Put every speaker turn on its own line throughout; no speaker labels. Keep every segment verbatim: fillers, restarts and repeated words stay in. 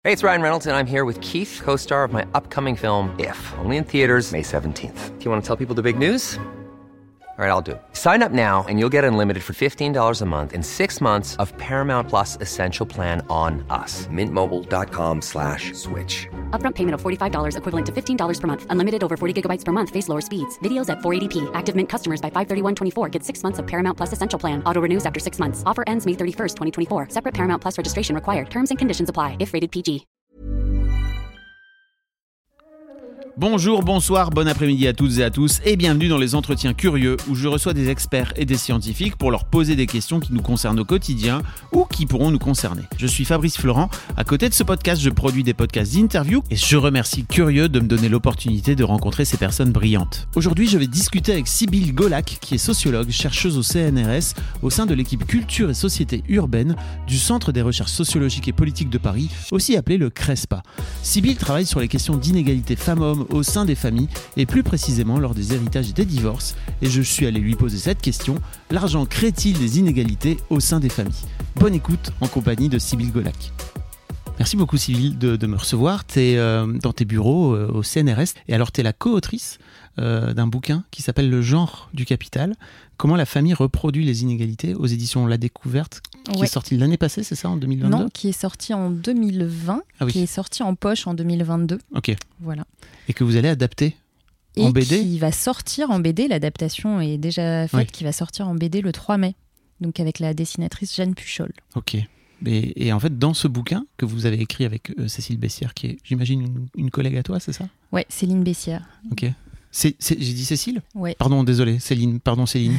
Hey, it's Ryan Reynolds, and I'm here with Keith, co-star of my upcoming film, If, only in theaters May seventeenth. Do you want to tell people the big news? All right, I'll do it. Sign up now and you'll get unlimited for fifteen dollars a month and six months of Paramount Plus Essential Plan on us. Mint Mobile dot com slash switch.
Upfront payment of forty-five dollars equivalent to fifteen dollars per month. Unlimited over forty gigabytes per month. Face lower speeds. Videos at four eighty p. Active Mint customers by five thirty-one twenty-four get six months of Paramount Plus Essential Plan. Auto renews after six months. Offer ends May thirty-first, twenty twenty-four. Separate Paramount Plus registration required. Terms and conditions apply if rated P G.
Bonjour, bonsoir, bon après-midi à toutes et à tous et bienvenue dans les entretiens curieux où je reçois des experts et des scientifiques pour leur poser des questions qui nous concernent au quotidien ou qui pourront nous concerner. Je suis Fabrice Florent, à côté de ce podcast je produis des podcasts d'interview et je remercie Curieux de me donner l'opportunité de rencontrer ces personnes brillantes. Aujourd'hui je vais discuter avec Sybille Golac qui est sociologue, chercheuse au C N R S au sein de l'équipe Culture et Société Urbaine du Centre des Recherches Sociologiques et Politiques de Paris, aussi appelé le CRESPA. Sybille travaille sur les questions d'inégalité femmes-hommes au sein des familles et plus précisément lors des héritages et des divorces et je suis allé lui poser cette question: l'argent crée-t-il des inégalités au sein des familles? Bonne écoute en compagnie de Sybille Golac. Merci beaucoup Sybille de, de me recevoir. Tu es euh, dans tes bureaux euh, au C N R S et alors tu es la co-autrice euh, d'un bouquin qui s'appelle Le genre du capital, comment la famille reproduit les inégalités, aux éditions La Découverte, qui ouais. est sorti l'année passée, c'est ça, en deux mille vingt-deux?
Non, qui est sorti en deux mille vingt, ah oui. qui est sorti en poche en deux mille vingt-deux.
Ok.
Voilà.
Et que vous allez adapter en
et
B D?
Et qui va sortir en B D, l'adaptation est déjà faite, oui. qui va sortir en B D le trois mai, donc avec la dessinatrice Jeanne Puchol.
Ok. Et, et en fait, dans ce bouquin que vous avez écrit avec euh, Cécile Bessière, qui est, j'imagine, une, une collègue à toi, c'est ça?
Ouais, Céline Bessière.
Ok. C'est, c'est, j'ai dit Cécile?
Ouais.
Pardon, désolé, Céline. Pardon, Céline.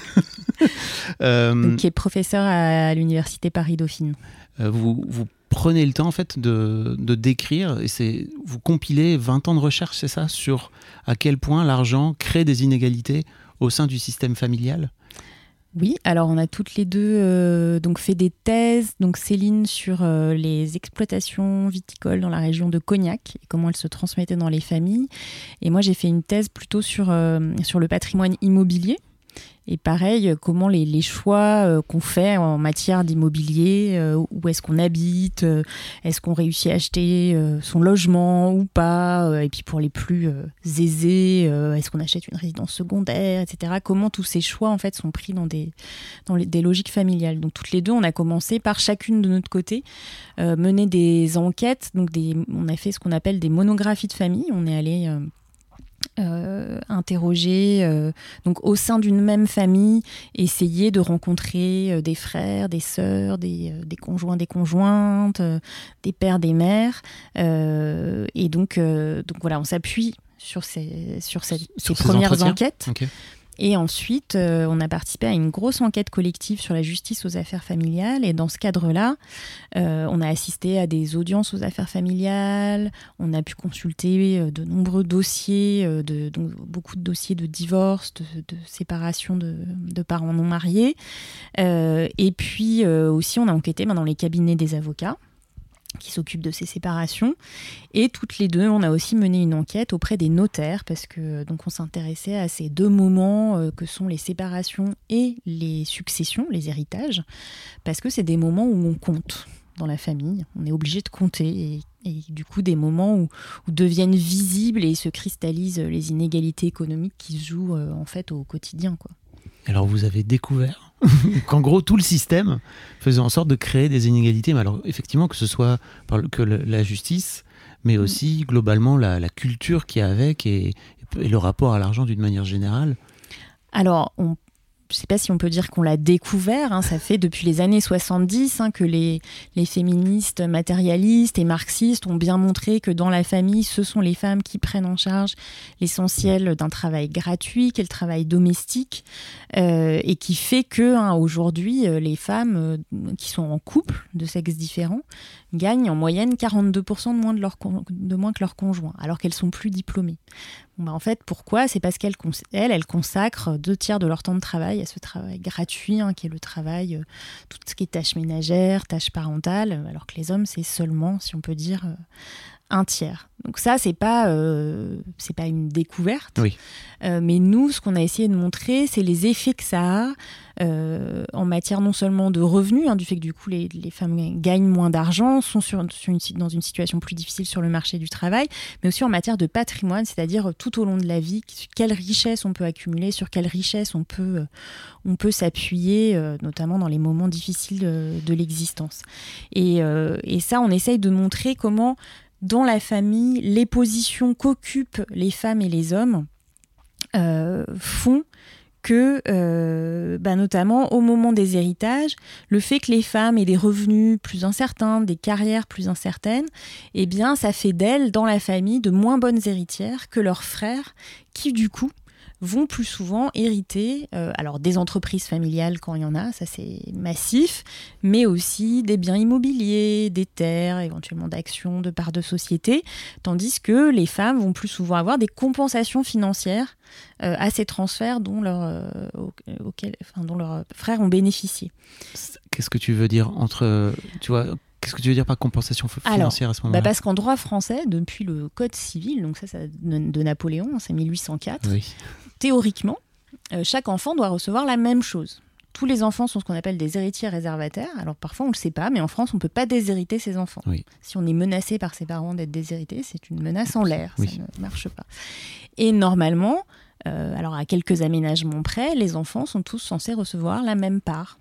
euh, donc, qui est professeure à l'université Paris-Dauphine.
Euh, vous, vous prenez le temps, en fait, de, de décrire, et c'est, vous compilez vingt ans de recherche, c'est ça, sur à quel point l'argent crée des inégalités au sein du système familial?
Oui, alors on a toutes les deux euh, donc fait des thèses, donc Céline sur euh, les exploitations viticoles dans la région de Cognac et comment elles se transmettaient dans les familles. Et moi j'ai fait une thèse plutôt sur, euh, sur le patrimoine immobilier. Et pareil, comment les, les choix euh, qu'on fait en matière d'immobilier, euh, où est-ce qu'on habite, euh, est-ce qu'on réussit à acheter euh, son logement ou pas, euh, et puis pour les plus euh, aisés, euh, est-ce qu'on achète une résidence secondaire, et cetera. Comment tous ces choix en fait sont pris dans des, dans les, des logiques familiales. Donc toutes les deux, on a commencé par chacune de notre côté euh, mener des enquêtes. Donc des, on a fait ce qu'on appelle des monographies de famille. On est allé euh, Euh, interroger euh, donc au sein d'une même famille, essayer de rencontrer euh, des frères, des sœurs, des, euh, des conjoints, des conjointes, euh, des pères, des mères, euh, et donc euh, donc voilà, on s'appuie sur ces sur ces,
sur
ces
ces
premières
entretiens.
enquêtes.
Okay.
Et ensuite, euh, on a participé à une grosse enquête collective sur la justice aux affaires familiales. Et dans ce cadre-là, euh, on a assisté à des audiences aux affaires familiales. On a pu consulter euh, de nombreux dossiers, euh, de, donc beaucoup de dossiers de divorce, de, de séparation de, de parents non mariés. Euh, et puis euh, aussi, on a enquêté ben, dans les cabinets des avocats qui s'occupent de ces séparations. Et toutes les deux, on a aussi mené une enquête auprès des notaires parce que donc on s'intéressait à ces deux moments euh, que sont les séparations et les successions, les héritages, parce que c'est des moments où on compte dans la famille. On est obligé de compter et, et du coup des moments où, où deviennent visibles et se cristallisent les inégalités économiques qui se jouent euh, en fait au quotidien, quoi.
Alors vous avez découvert qu'en gros tout le système faisait en sorte de créer des inégalités, mais alors effectivement que ce soit par le, que le, la justice, mais aussi mmh. globalement la, la culture qu'il y a avec et, et le rapport à l'argent d'une manière générale.
Alors on je ne sais pas si on peut dire qu'on l'a découvert, hein, ça fait depuis les années soixante-dix hein, que les, les féministes matérialistes et marxistes ont bien montré que dans la famille, ce sont les femmes qui prennent en charge l'essentiel d'un travail gratuit, qui est le travail domestique, euh, et qui fait que hein, aujourd'hui, les femmes euh, qui sont en couple de sexes différents gagnent en moyenne quarante-deux pour cent de moins, de leur con- de moins que leurs conjoints, alors qu'elles sont plus diplômées. Bon, bah, en fait, pourquoi ? C'est parce qu'elles cons- elles, elles consacrent deux tiers de leur temps de travail à ce travail gratuit, hein, qui est le travail, euh, tout ce qui est tâches ménagères, tâches parentales, alors que les hommes, c'est seulement, si on peut dire, euh, un tiers. Donc ça, c'est pas, euh, c'est pas une découverte.
Oui.
Euh, mais nous, ce qu'on a essayé de montrer, c'est les effets que ça a euh, en matière non seulement de revenus, hein, du fait que du coup, les, les femmes gagnent moins d'argent, sont sur, sur une, dans une situation plus difficile sur le marché du travail, mais aussi en matière de patrimoine, c'est-à-dire tout au long de la vie, quelle richesse on peut accumuler, sur quelle richesse on peut, euh, on peut s'appuyer, euh, notamment dans les moments difficiles de, de l'existence. Et, euh, et ça, on essaye de montrer comment dans la famille, les positions qu'occupent les femmes et les hommes euh, font que, euh, bah notamment au moment des héritages, le fait que les femmes aient des revenus plus incertains, des carrières plus incertaines, eh bien, ça fait d'elles, dans la famille, de moins bonnes héritières que leurs frères, qui, du coup, vont plus souvent hériter euh, alors des entreprises familiales quand il y en a, ça c'est massif, mais aussi des biens immobiliers, des terres, éventuellement d'actions, de parts de société, tandis que les femmes vont plus souvent avoir des compensations financières euh, à ces transferts dont, leur, euh, auxquels, enfin, dont leurs frères ont bénéficié.
Qu'est-ce que tu veux dire entre... Tu vois, qu'est-ce que tu veux dire par compensation financière
Alors,
à ce moment-là ?
bah parce qu'en droit français, depuis le Code civil, donc ça, ça de Napoléon, c'est mille huit cent quatre,
oui.
Théoriquement, euh, chaque enfant doit recevoir la même chose. Tous les enfants sont ce qu'on appelle des héritiers réservataires. Alors parfois on ne le sait pas, mais en France on ne peut pas déshériter ses enfants.
Oui.
Si on est menacé par ses parents d'être déshérité, c'est une menace en l'air,
oui.
ça ne marche pas. Et normalement, euh, alors à quelques aménagements près, les enfants sont tous censés recevoir la même part.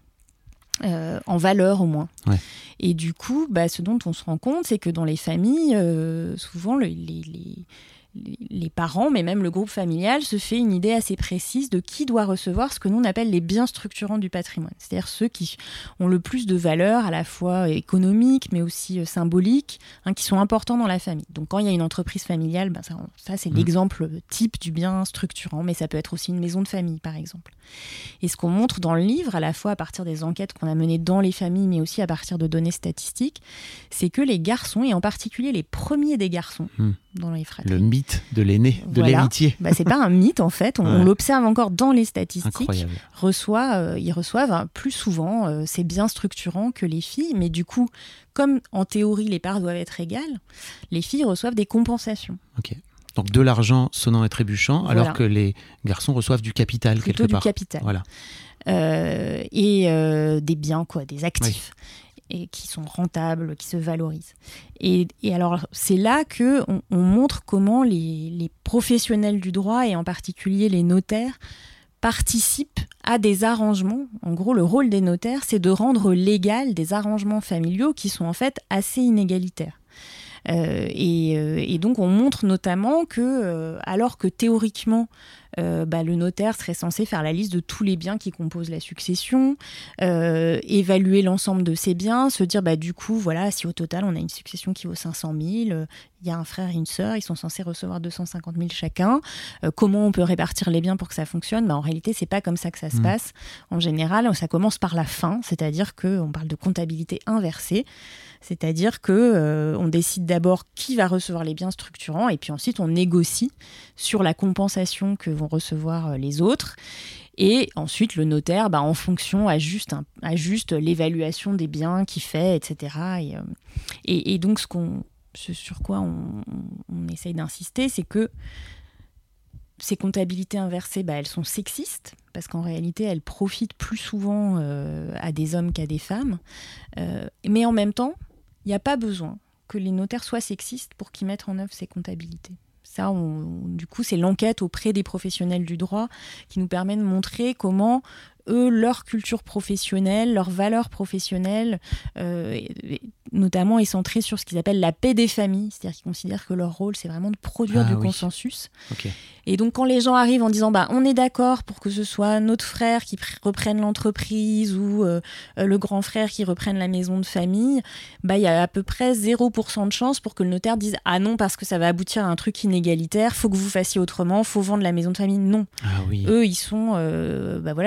Euh, en valeur au moins.
Ouais.
Et du coup, bah, ce dont on se rend compte, c'est que dans les familles, euh, souvent le, les, les, les parents, mais même le groupe familial, se fait une idée assez précise de qui doit recevoir ce que nous on appelle les biens structurants du patrimoine. C'est-à-dire ceux qui ont le plus de valeur, à la fois économique, mais aussi euh, symbolique, hein, qui sont importants dans la famille. Donc quand il y a une entreprise familiale, ben ça, ça c'est mmh. l'exemple type du bien structurant, mais ça peut être aussi une maison de famille, par exemple. Et ce qu'on montre dans le livre, à la fois à partir des enquêtes qu'on a menées dans les familles, mais aussi à partir de données statistiques, c'est que les garçons, et en particulier les premiers des garçons, mmh. dans les fratries.
Le mythe de l'aîné, de
voilà.
l'héritier.
Bah, c'est pas un mythe en fait, on, ouais. on l'observe encore dans les statistiques.
Incroyable.
Reçoit, euh, ils reçoivent hein, plus souvent euh, ces biens structurants que les filles, mais du coup, comme en théorie les parts doivent être égales, les filles reçoivent des compensations.
Ok. Donc de l'argent sonnant et trébuchant, voilà. alors que les garçons reçoivent du capital
Plutôt
quelque part.
du capital.
Voilà.
Euh, et euh, des biens, quoi, des actifs. Oui. Et qui sont rentables, qui se valorisent. Et, et alors, c'est là qu'on on montre comment les, les professionnels du droit, et en particulier les notaires, participent à des arrangements. En gros, le rôle des notaires, c'est de rendre légal des arrangements familiaux qui sont en fait assez inégalitaires. Euh, et, euh, et donc, on montre notamment que, euh, alors que théoriquement, Euh, bah, le notaire serait censé faire la liste de tous les biens qui composent la succession, euh, évaluer l'ensemble de ces biens, se dire bah, du coup, voilà, si au total on a une succession qui vaut cinq cent mille, il euh, y a un frère et une sœur, ils sont censés recevoir deux cent cinquante mille chacun. Euh, comment on peut répartir les biens pour que ça fonctionne ? Bah, en réalité, c'est pas comme ça que ça se mmh. passe. En général, ça commence par la fin, c'est-à-dire qu'on parle de comptabilité inversée, c'est-à-dire qu'on euh, décide d'abord qui va recevoir les biens structurants et puis ensuite on négocie sur la compensation que vont recevoir les autres. Et ensuite, le notaire, bah, en fonction, ajuste, hein, ajuste l'évaluation des biens qu'il fait, et cetera. Et, euh, et, et donc, ce, qu'on, ce sur quoi on, on essaye d'insister, c'est que ces comptabilités inversées, bah, elles sont sexistes, parce qu'en réalité, elles profitent plus souvent euh, à des hommes qu'à des femmes. Euh, mais en même temps, il n'y a pas besoin que les notaires soient sexistes pour qu'ils mettent en œuvre ces comptabilités. Ça, on, du coup, c'est l'enquête auprès des professionnels du droit qui nous permet de montrer comment eux, leur culture professionnelle, leurs valeurs professionnelles, euh, notamment est centrée sur ce qu'ils appellent la paix des familles, c'est-à-dire qu'ils considèrent que leur rôle, c'est vraiment de produire ah, du oui. consensus.
Okay.
Et donc, quand les gens arrivent en disant bah, « on est d'accord pour que ce soit notre frère qui pr- reprenne l'entreprise ou euh, le grand frère qui reprenne la maison de famille », bah, y a à peu près zéro pour cent de chance pour que le notaire dise « ah non, parce que ça va aboutir à un truc inégalitaire, faut que vous fassiez autrement, faut vendre la maison de famille ». Non.
Ah, oui.
Eux, ils sont... Euh, bah, voilà, ils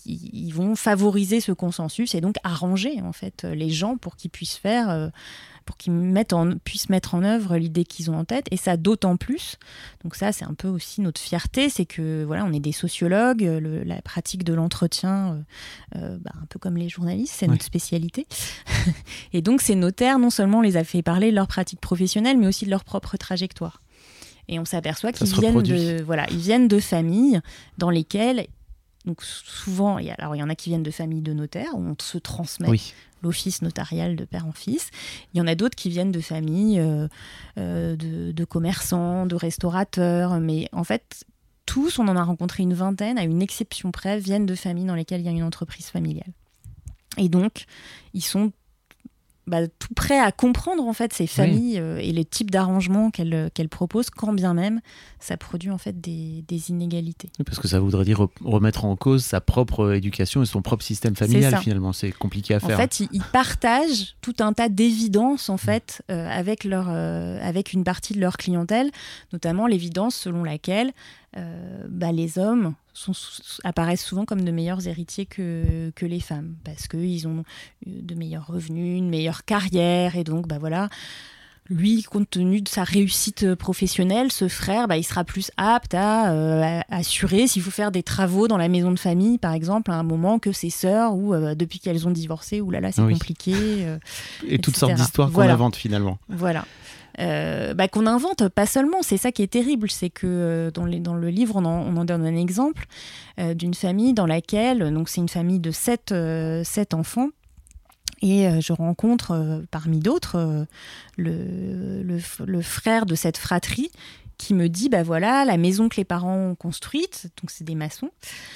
ils, ils vont favoriser ce consensus et donc arranger en fait les gens pour qu'ils puissent faire, euh, pour qu'ils mettent en, puissent mettre en œuvre l'idée qu'ils ont en tête. Et ça d'autant plus. Donc ça, c'est un peu aussi notre fierté, c'est que voilà, on est des sociologues, le, la pratique de l'entretien, euh, euh, bah, un peu comme les journalistes, c'est ouais. notre spécialité. Et donc ces notaires, non seulement on les a fait parler de leur pratique professionnelle, mais aussi de leur propre trajectoire. Et on s'aperçoit qu'ils viennent de, voilà, ils viennent de familles dans lesquelles, donc souvent, y a, alors il y en a qui viennent de familles de notaires, où on se transmet oui. l'office notarial de père en fils. Il y en a d'autres qui viennent de familles euh, euh, de, de commerçants, de restaurateurs. Mais en fait, tous, on en a rencontré une vingtaine, à une exception près, viennent de familles dans lesquelles il y a une entreprise familiale. Et donc, ils sont Bah, tout prêt à comprendre en fait ces familles oui. euh, et les types d'arrangements qu'elles, qu'elles proposent, quand bien même ça produit en fait des, des inégalités.
Oui, parce que ça voudrait dire remettre en cause sa propre éducation et son propre système familial c'est finalement, c'est compliqué à faire.
En fait, ils, ils partagent tout un tas d'évidences en fait euh, avec, leur, euh, avec une partie de leur clientèle, notamment l'évidence selon laquelle euh, bah, les hommes Sont, apparaissent souvent comme de meilleurs héritiers que, que les femmes, parce qu'ils ont de meilleurs revenus, une meilleure carrière, et donc bah voilà, lui, compte tenu de sa réussite professionnelle, ce frère, bah, il sera plus apte à, euh, à assurer s'il faut faire des travaux dans la maison de famille, par exemple, à un moment que ses sœurs, ou euh, depuis qu'elles ont divorcé, ou là là, c'est oui. compliqué. Euh,
et et toutes sortes d'histoires voilà. qu'on invente finalement.
Voilà. Euh, bah, qu'on invente, pas seulement, c'est ça qui est terrible, c'est que euh, dans, les, dans le livre, on en, on en donne un exemple euh, d'une famille dans laquelle, donc c'est une famille de sept, euh, sept enfants, et euh, je rencontre euh, parmi d'autres euh, le, le, le frère de cette fratrie qui me dit, bah voilà, la maison que les parents ont construite, donc c'est des maçons.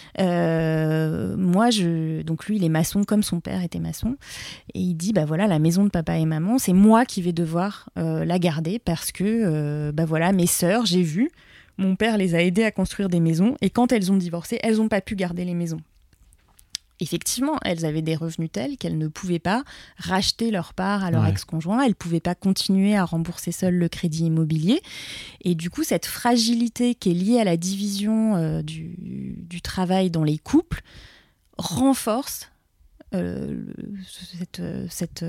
Euh, moi, je, donc lui, il est maçon comme son père était maçon. Et il dit, bah voilà, la maison de papa et maman, c'est moi qui vais devoir euh, la garder parce que, euh, bah voilà, mes sœurs, j'ai vu, mon père les a aidées à construire des maisons et quand elles ont divorcé, elles n'ont pas pu garder les maisons. Effectivement, elles avaient des revenus tels qu'elles ne pouvaient pas racheter leur part à leur ouais. ex-conjoint, elles ne pouvaient pas continuer à rembourser seules le crédit immobilier. Et du coup, cette fragilité qui est liée à la division euh, du, du travail dans les couples renforce euh, cette, cette,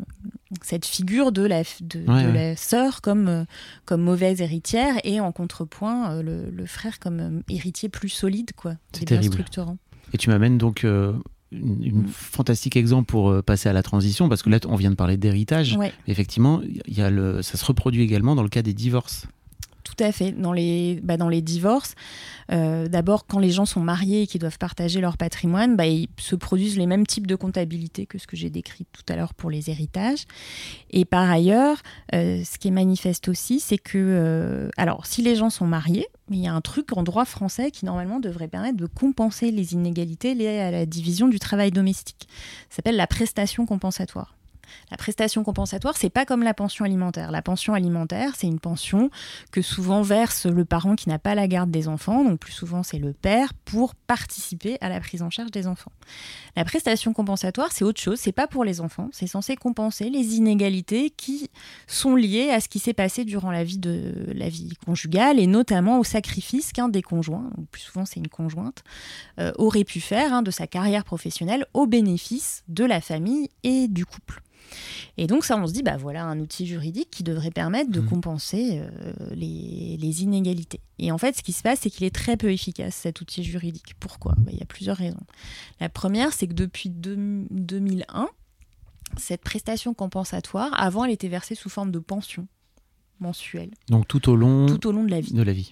cette figure de la, de, ouais, de ouais. la sœur comme, comme mauvaise héritière et en contrepoint, le, le frère comme héritier plus solide, quoi.
C'est terrible. Bien structurant. Et tu m'amènes donc euh, une, une mmh. fantastique exemple pour euh, passer à la transition, parce que là, on vient de parler d'héritage. Ouais. Effectivement, y a le, ça se reproduit également dans le cas des divorces.
Tout à fait. Dans les, bah dans les divorces, euh, d'abord, quand les gens sont mariés et qu'ils doivent partager leur patrimoine, bah, ils se produisent les mêmes types de comptabilité que ce que j'ai décrit tout à l'heure pour les héritages. Et par ailleurs, euh, ce qui est manifeste aussi, c'est que, euh, alors, si les gens sont mariés, il y a un truc en droit français qui, normalement, devrait permettre de compenser les inégalités liées à la division du travail domestique. Ça s'appelle la prestation compensatoire. La prestation compensatoire, c'est pas comme la pension alimentaire. La pension alimentaire, c'est une pension que souvent verse le parent qui n'a pas la garde des enfants, donc plus souvent c'est le père, pour participer à la prise en charge des enfants. La prestation compensatoire, c'est autre chose, c'est pas pour les enfants, c'est censé compenser les inégalités qui sont liées à ce qui s'est passé durant la vie, de, la vie conjugale, et notamment au sacrifice qu'un des conjoints, donc plus souvent c'est une conjointe, euh, aurait pu faire hein, de sa carrière professionnelle au bénéfice de la famille et du couple. Et donc ça, on se dit, bah voilà un outil juridique qui devrait permettre de mmh. compenser euh, les, les inégalités. Et en fait, ce qui se passe, c'est qu'il est très peu efficace, cet outil juridique. Pourquoi ? Bah, il y a plusieurs raisons. La première, c'est que depuis deux mille un, cette prestation compensatoire, avant, elle était versée sous forme de pension mensuelle.
Donc tout au long,
tout au long de la vie.
De la vie.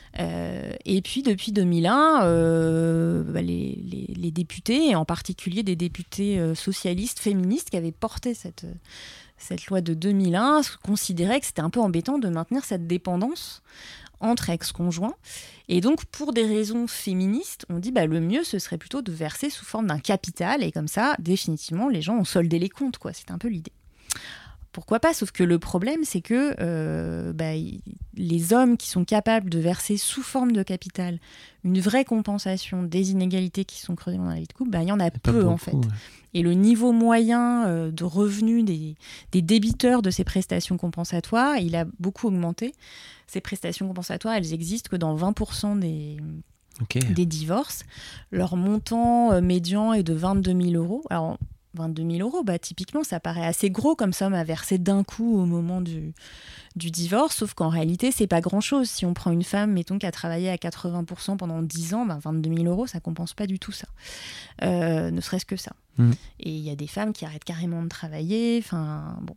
Euh, et puis depuis deux mille un, euh, bah, les, les, les députés, et en particulier des députés euh, socialistes, féministes, qui avaient porté cette, cette loi de deux mille un, considéraient que c'était un peu embêtant de maintenir cette dépendance entre ex-conjoints. Et donc, pour des raisons féministes, on dit bah, le mieux, ce serait plutôt de verser sous forme d'un capital, et comme ça, définitivement, les gens ont soldé les comptes, quoi. C'est un peu l'idée. Pourquoi pas ? Sauf que le problème, c'est que euh, bah, y, les hommes qui sont capables de verser sous forme de capital une vraie compensation des inégalités qui sont creusées dans la vie de couple, bah, il y en a peu beaucoup, en fait. Ouais. Et le niveau moyen euh, de revenus des, des débiteurs de ces prestations compensatoires, il a beaucoup augmenté. Ces prestations compensatoires, elles existent que dans vingt pour cent des...
okay.
des divorces. Leur montant euh, médian est de vingt-deux mille euros. Alors, vingt-deux mille euros, bah, typiquement, ça paraît assez gros comme somme à verser d'un coup au moment du, du divorce, sauf qu'en réalité, c'est pas grand-chose. Si on prend une femme, mettons, qui a travaillé à quatre-vingts pour cent pendant dix ans, bah, vingt-deux mille euros, ça compense pas du tout ça. Euh, ne serait-ce que ça. Mmh. Et il y a des femmes qui arrêtent carrément de travailler, enfin, bon.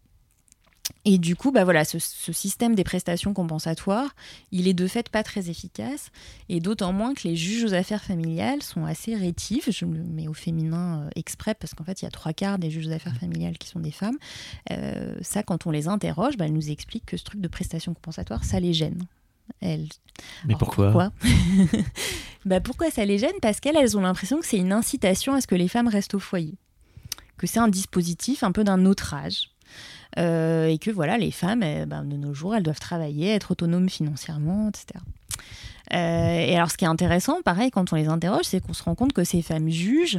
Et du coup, bah voilà, ce, ce système des prestations compensatoires, il est de fait pas très efficace, et d'autant moins que les juges aux affaires familiales sont assez rétifs, je le mets au féminin euh, exprès, parce qu'en fait, il y a trois quarts des juges aux affaires familiales qui sont des femmes. Euh, ça, quand on les interroge, bah, elles nous expliquent que ce truc de prestations compensatoires, ça les gêne. Elles...
Mais
Alors,
pourquoi
Pourquoi, bah, pourquoi ça les gêne ? Parce qu'elles elles ont l'impression que c'est une incitation à ce que les femmes restent au foyer, que c'est un dispositif un peu d'un autre âge. Euh, et que voilà, les femmes, eh ben, de nos jours, elles doivent travailler, être autonomes financièrement, et cetera. Euh, et alors, ce qui est intéressant, pareil, quand on les interroge, c'est qu'on se rend compte que ces femmes juges,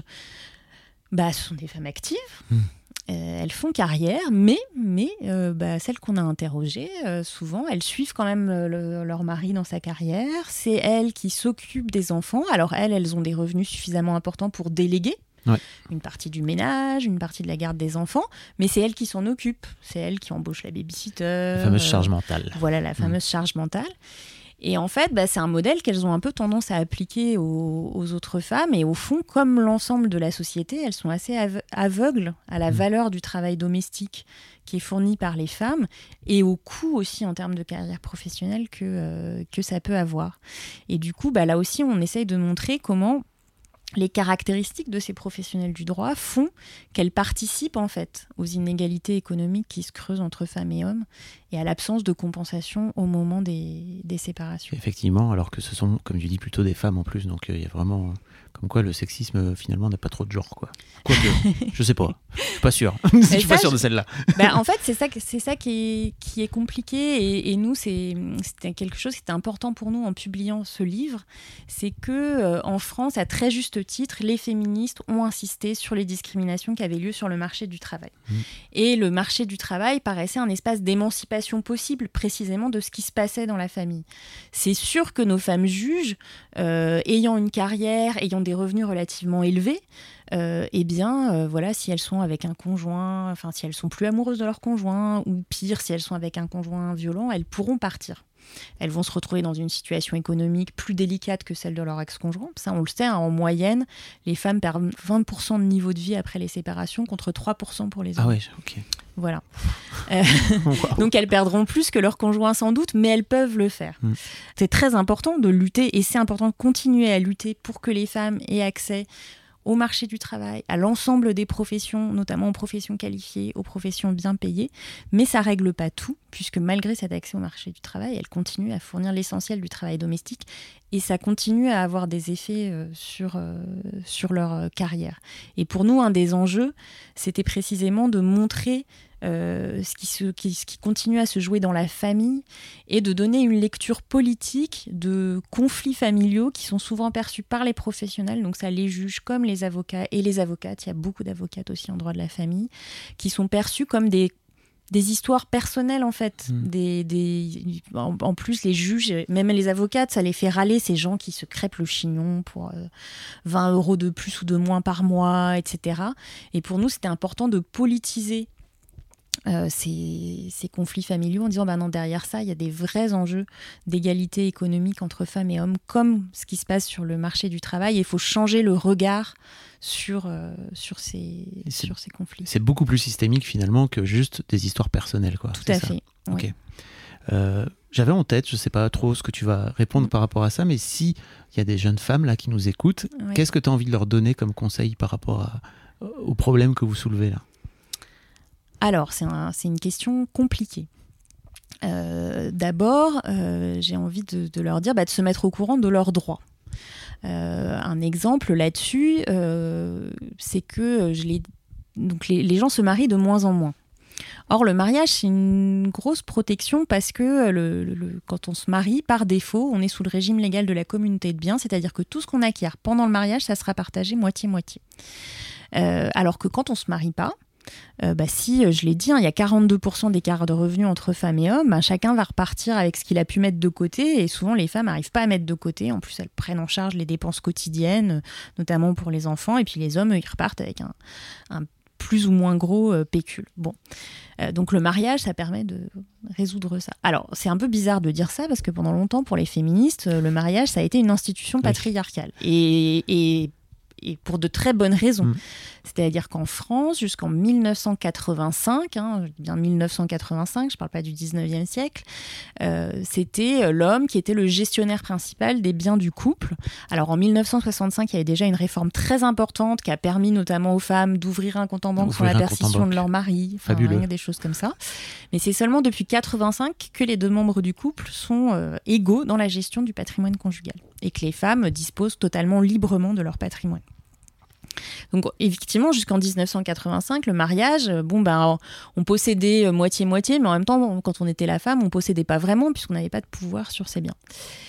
bah, ce sont des femmes actives. Mmh. Euh, elles font carrière, mais, mais euh, bah, celles qu'on a interrogées, euh, souvent, elles suivent quand même le, leur mari dans sa carrière. C'est elles qui s'occupent des enfants. Alors, elles, elles ont des revenus suffisamment importants pour déléguer. Ouais. Une partie du ménage, une partie de la garde des enfants, mais c'est elle qui s'en occupe, c'est elle qui embauche la babysitter.
La fameuse charge mentale.
Euh, voilà, la fameuse mmh. charge mentale. Et en fait, bah, c'est un modèle qu'elles ont un peu tendance à appliquer aux, aux autres femmes. Et au fond, comme l'ensemble de la société, elles sont assez ave- aveugles à la mmh. valeur du travail domestique qui est fourni par les femmes et au coût aussi en termes de carrière professionnelle que, euh, que ça peut avoir. Et du coup, bah, là aussi, on essaye de montrer comment les caractéristiques de ces professionnels du droit font qu'elles participent en fait aux inégalités économiques qui se creusent entre femmes et hommes et à l'absence de compensation au moment des, des séparations.
Effectivement, alors que ce sont, comme tu dis, plutôt des femmes en plus, donc il euh, y a vraiment... Euh, comme quoi le sexisme euh, finalement n'a pas trop de genre, quoi. Quoique, je sais pas, je suis pas sûr. Je suis pas sûr de celle-là.
Bah, en fait, c'est ça, c'est ça qui est, qui est compliqué et, et nous, c'est, c'était quelque chose qui était important pour nous en publiant ce livre, c'est que euh, en France, à très juste titre, les féministes ont insisté sur les discriminations qui avaient lieu sur le marché du travail. Mmh. Et le marché du travail paraissait un espace d'émancipation possible, précisément de ce qui se passait dans la famille. C'est sûr que nos femmes juges, euh, ayant une carrière, ayant des revenus relativement élevés, euh, eh bien, euh, voilà, si elles sont avec un conjoint, enfin, si elles sont plus amoureuses de leur conjoint, ou pire, si elles sont avec un conjoint violent, elles pourront partir. Elles vont se retrouver dans une situation économique plus délicate que celle de leur ex-conjoint. Ça, on le sait, hein, en moyenne, les femmes perdent vingt pour cent de niveau de vie après les séparations, contre trois pour cent pour les hommes.
Ah ouais, ok.
Voilà. Euh, wow. Donc elles perdront plus que leur conjoint sans doute, mais elles peuvent le faire. Mm. C'est très important de lutter, et c'est important de continuer à lutter pour que les femmes aient accès au marché du travail, à l'ensemble des professions, notamment aux professions qualifiées, aux professions bien payées. Mais ça ne règle pas tout, puisque malgré cet accès au marché du travail, elles continuent à fournir l'essentiel du travail domestique et ça continue à avoir des effets euh, sur, euh, sur leur euh, carrière. Et pour nous, un des enjeux, c'était précisément de montrer Euh, ce, qui se, qui, ce qui continue à se jouer dans la famille et de donner une lecture politique de conflits familiaux qui sont souvent perçus par les professionnels, donc ça les juges comme les avocats et les avocates, il y a beaucoup d'avocates aussi en droit de la famille, qui sont perçus comme des, des histoires personnelles en fait. Mmh. Des, des, en, en plus, les juges, même les avocates, ça les fait râler, ces gens qui se crêpent le chignon pour euh, vingt euros de plus ou de moins par mois, et cetera. Et pour nous, c'était important de politiser Euh, ces, ces conflits familiaux en disant bah non, derrière ça il y a des vrais enjeux d'égalité économique entre femmes et hommes comme ce qui se passe sur le marché du travail et il faut changer le regard sur, euh, sur, ces, sur ces conflits.
C'est beaucoup plus systémique finalement que juste des histoires personnelles, quoi.
Tout à ça. fait. Ouais.
Ok. Euh, j'avais en tête, je ne sais pas trop ce que tu vas répondre mmh. par rapport à ça, mais si il y a des jeunes femmes là qui nous écoutent, ouais. qu'est-ce que tu as envie de leur donner comme conseil par rapport à, aux problèmes que vous soulevez là ?
Alors, c'est, un, c'est une question compliquée. Euh, d'abord, euh, j'ai envie de, de leur dire bah, de se mettre au courant de leurs droits. Euh, un exemple là-dessus, euh, c'est que je les, donc les, les gens se marient de moins en moins. Or, le mariage, c'est une grosse protection parce que le, le, quand on se marie, par défaut, on est sous le régime légal de la communauté de biens, c'est-à-dire que tout ce qu'on acquiert pendant le mariage, ça sera partagé moitié-moitié. Euh, alors que quand on ne se marie pas, euh, bah, si, je l'ai dit, hein, il y a quarante-deux pour cent d'écart de revenus entre femmes et hommes, bah, chacun va repartir avec ce qu'il a pu mettre de côté et souvent les femmes n'arrivent pas à mettre de côté. En plus, elles prennent en charge les dépenses quotidiennes, notamment pour les enfants, et puis les hommes, eux, ils repartent avec un, un plus ou moins gros euh, pécule. Bon. Euh, donc le mariage, ça permet de résoudre ça. Alors, c'est un peu bizarre de dire ça parce que pendant longtemps, pour les féministes, euh, le mariage, ça a été une institution patriarcale. Et... et et pour de très bonnes raisons. Mmh. C'est-à-dire qu'en France, jusqu'en dix-neuf cent quatre-vingt-cinq, hein, je dis bien dix-neuf cent quatre-vingt-cinq, je ne parle pas du dix-neuvième siècle, euh, c'était l'homme qui était le gestionnaire principal des biens du couple. Alors en dix-neuf cent soixante-cinq, il y avait déjà une réforme très importante qui a permis notamment aux femmes d'ouvrir un compte en banque sur la perquisition de leur mari, enfin, hein, des choses comme ça. Mais c'est seulement depuis quatre-vingt-cinq que les deux membres du couple sont euh, égaux dans la gestion du patrimoine conjugal et que les femmes disposent totalement librement de leur patrimoine. Donc effectivement, jusqu'en dix-neuf cent quatre-vingt-cinq, le mariage, bon ben, on possédait moitié-moitié, mais en même temps, quand on était la femme, on possédait pas vraiment puisqu'on n'avait pas de pouvoir sur ses biens.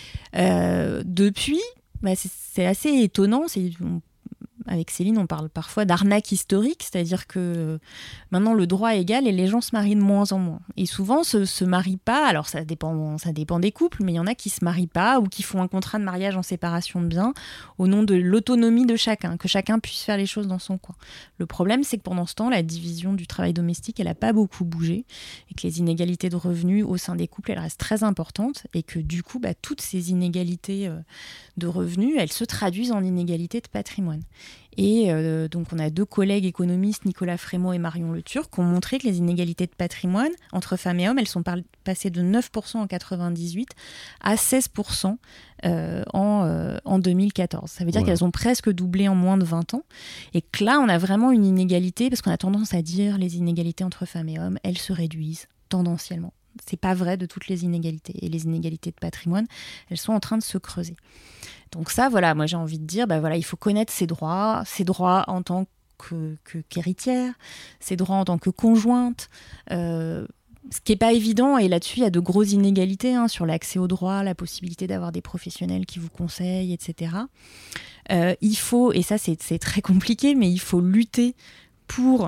Euh, depuis, bah, c'est, c'est assez étonnant. C'est, on, avec Céline, on parle parfois d'arnaque historique, c'est-à-dire que maintenant le droit est égal et les gens se marient de moins en moins. Et souvent se, se marient pas, alors ça dépend, ça dépend des couples, mais il y en a qui se marient pas ou qui font un contrat de mariage en séparation de biens au nom de l'autonomie de chacun, que chacun puisse faire les choses dans son coin. Le problème, c'est que pendant ce temps, la division du travail domestique, elle n'a pas beaucoup bougé et que les inégalités de revenus au sein des couples, elles restent très importantes et que du coup, bah, toutes ces inégalités euh, de revenus, elles se traduisent en inégalités de patrimoine. Et euh, donc, on a deux collègues économistes, Nicolas Frémaux et Marion Le Turc, qui ont montré que les inégalités de patrimoine entre femmes et hommes, elles sont par- passées de neuf pour cent en quatre-vingt-dix-huit à seize pour cent euh, en, euh, en deux mille quatorze. Ça veut dire ouais. qu'elles ont presque doublé en moins de vingt ans. Et que là, on a vraiment une inégalité, parce qu'on a tendance à dire les inégalités entre femmes et hommes, elles se réduisent tendanciellement. C'est pas vrai de toutes les inégalités. Et les inégalités de patrimoine, elles sont en train de se creuser. Donc ça, voilà, moi j'ai envie de dire, bah voilà, il faut connaître ses droits, ses droits en tant que, que, qu'héritière, ses droits en tant que conjointe, euh, ce qui n'est pas évident, et là-dessus, il y a de grosses inégalités hein, sur l'accès aux droits, la possibilité d'avoir des professionnels qui vous conseillent, et cetera. Euh, il faut, et ça c'est, c'est très compliqué, mais il faut lutter pour,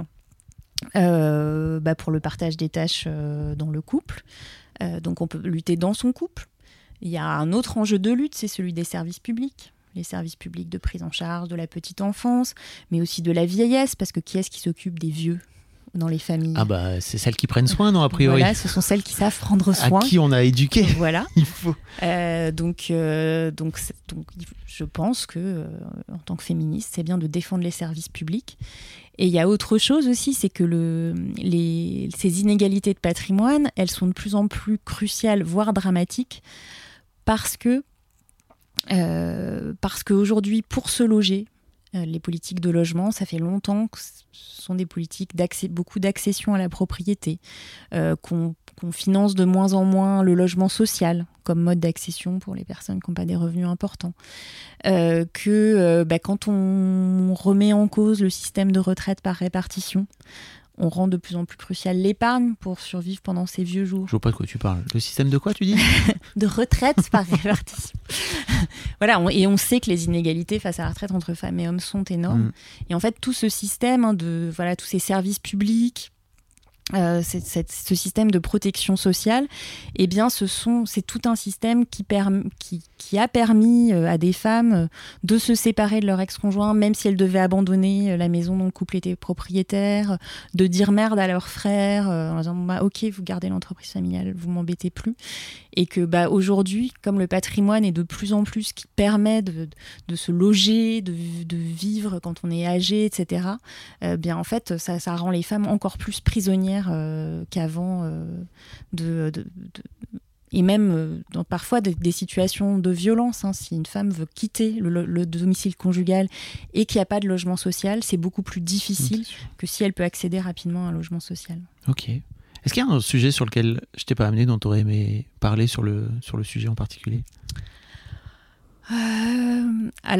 euh, bah pour le partage des tâches euh, dans le couple. Euh, donc on peut lutter dans son couple. Il y a un autre enjeu de lutte, c'est celui des services publics. Les services publics de prise en charge de la petite enfance, mais aussi de la vieillesse, parce que qui est-ce qui s'occupe des vieux dans les familles ?
Ah bah c'est celles qui prennent soin, non, a priori.
Voilà, ce sont celles qui savent prendre soin.
À qui on a éduqué.
Voilà.
Il faut.
Euh, donc, euh, donc, donc, je pense que, euh, en tant que féministe, c'est bien de défendre les services publics. Et il y a autre chose aussi, c'est que le, les, ces inégalités de patrimoine, elles sont de plus en plus cruciales, voire dramatiques, parce que euh, parce qu'aujourd'hui, pour se loger, euh, les politiques de logement, ça fait longtemps que ce sont des politiques d'accès, beaucoup d'accession à la propriété, euh, qu'on, qu'on finance de moins en moins le logement social comme mode d'accession pour les personnes qui n'ont pas des revenus importants. Euh, que euh, bah, quand on remet en cause le système de retraite par répartition, on rend de plus en plus crucial l'épargne pour survivre pendant ces vieux jours.
Je vois pas de quoi tu parles. Le système de quoi, tu dis ?
De retraite par répartition. Voilà, on, et on sait que les inégalités face à la retraite entre femmes et hommes sont énormes. Mmh. Et en fait, tout ce système, hein, de voilà, tous ces services publics, Euh, c'est, c'est, ce système de protection sociale, eh bien, ce sont, c'est tout un système qui, perm- qui, qui a permis euh, à des femmes euh, de se séparer de leur ex-conjoint, même si elles devaient abandonner euh, la maison dont le couple était propriétaire, de dire merde à leurs frères euh, en disant bah, ok, vous gardez l'entreprise familiale, vous m'embêtez plus. Et que bah, aujourd'hui, comme le patrimoine est de plus en plus ce qui permet de, de se loger, de, de vivre quand on est âgé, et cetera, euh, bien en fait, ça, ça rend les femmes encore plus prisonnières Euh, qu'avant euh, de, de, de, et même euh, dans parfois de, des situations de violence hein, si une femme veut quitter le, le domicile conjugal et qu'il n'y a pas de logement social, c'est beaucoup plus difficile mmh, que si elle peut accéder rapidement à un logement social.
Ok. Est-ce qu'il y a un sujet sur lequel je t'ai pas amené, dont tu aurais aimé parler sur le, sur le sujet en particulier ?
euh, Alors,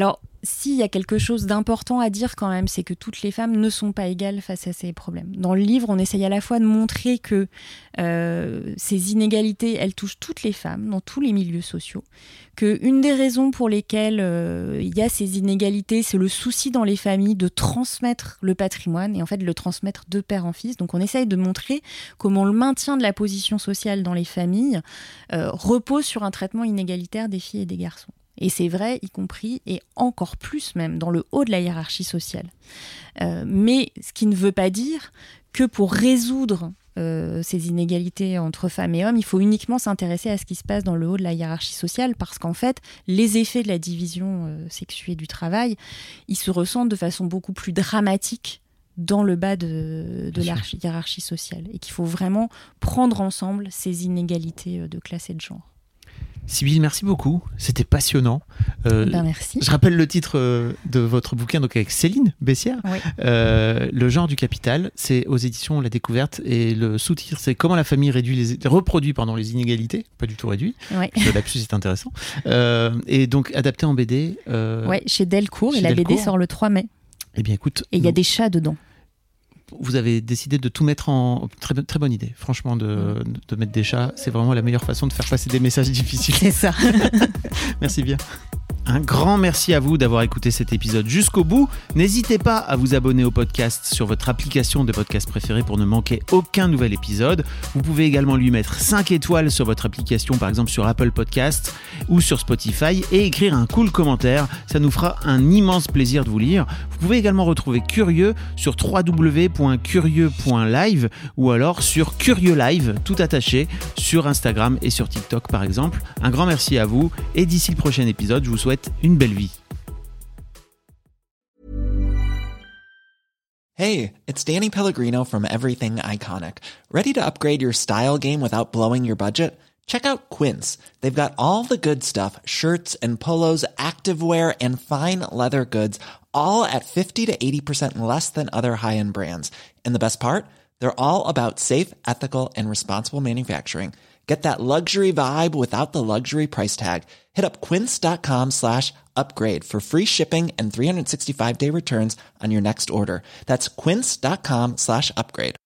s'il y a quelque chose d'important à dire quand même, c'est que toutes les femmes ne sont pas égales face à ces problèmes. Dans le livre, on essaye à la fois de montrer que euh, ces inégalités, elles touchent toutes les femmes dans tous les milieux sociaux, qu'une des raisons pour lesquelles euh, il y a ces inégalités, c'est le souci dans les familles de transmettre le patrimoine et en fait de le transmettre de père en fils. Donc on essaye de montrer comment le maintien de la position sociale dans les familles euh, repose sur un traitement inégalitaire des filles et des garçons. Et c'est vrai, y compris, et encore plus même, dans le haut de la hiérarchie sociale. Euh, mais ce qui ne veut pas dire que pour résoudre euh, ces inégalités entre femmes et hommes, il faut uniquement s'intéresser à ce qui se passe dans le haut de la hiérarchie sociale, parce qu'en fait, les effets de la division euh, sexuée du travail, ils se ressentent de façon beaucoup plus dramatique dans le bas de, de la hiérarchie sociale. Et qu'il faut vraiment prendre ensemble ces inégalités de classe et de genre.
Sybille, merci beaucoup. C'était passionnant.
Euh, ben merci.
Je rappelle le titre euh, de votre bouquin, donc avec Céline Bessières.
Oui.
Euh, le genre du capital, c'est aux éditions La Découverte. Et le sous-titre, c'est Comment la famille réduit les, reproduit pardon, les inégalités. Pas du tout réduit.
Oui.
Le lapsus est intéressant. Euh, et donc adapté en B D. Euh,
oui, chez Delcourt.
Chez
et la
Delcourt.
B D sort le trois mai.
Eh bien, écoute.
Et il y a des chats dedans.
Vous avez décidé de tout mettre en... Très, très bonne idée, franchement, de, de mettre des chats. C'est vraiment la meilleure façon de faire passer des messages difficiles.
C'est ça.
Merci bien. Un grand merci à vous d'avoir écouté cet épisode jusqu'au bout. N'hésitez pas à vous abonner au podcast sur votre application de podcast préférée pour ne manquer aucun nouvel épisode. Vous pouvez également lui mettre cinq étoiles sur votre application, par exemple sur Apple Podcasts ou sur Spotify, et écrire un cool commentaire. Ça nous fera un immense plaisir de vous lire. Vous pouvez également retrouver Curieux sur w w w point curieux point live ou alors sur Curieux Live, tout attaché, sur Instagram et sur TikTok par exemple. Un grand merci à vous et d'ici le prochain épisode, je vous souhaite une belle vie.
Hey, it's Danny Pellegrino from Everything Iconic. Ready to upgrade your style game without blowing your budget? Check out Quince. They've got all the good stuff, shirts and polos, activewear and fine leather goods, all at fifty to eighty percent less than other high-end brands. And the best part? They're all about safe, ethical and responsible manufacturing. Get that luxury vibe without the luxury price tag. Hit up quince.com slash upgrade for free shipping and three sixty-five day returns on your next order. That's quince.com slash upgrade.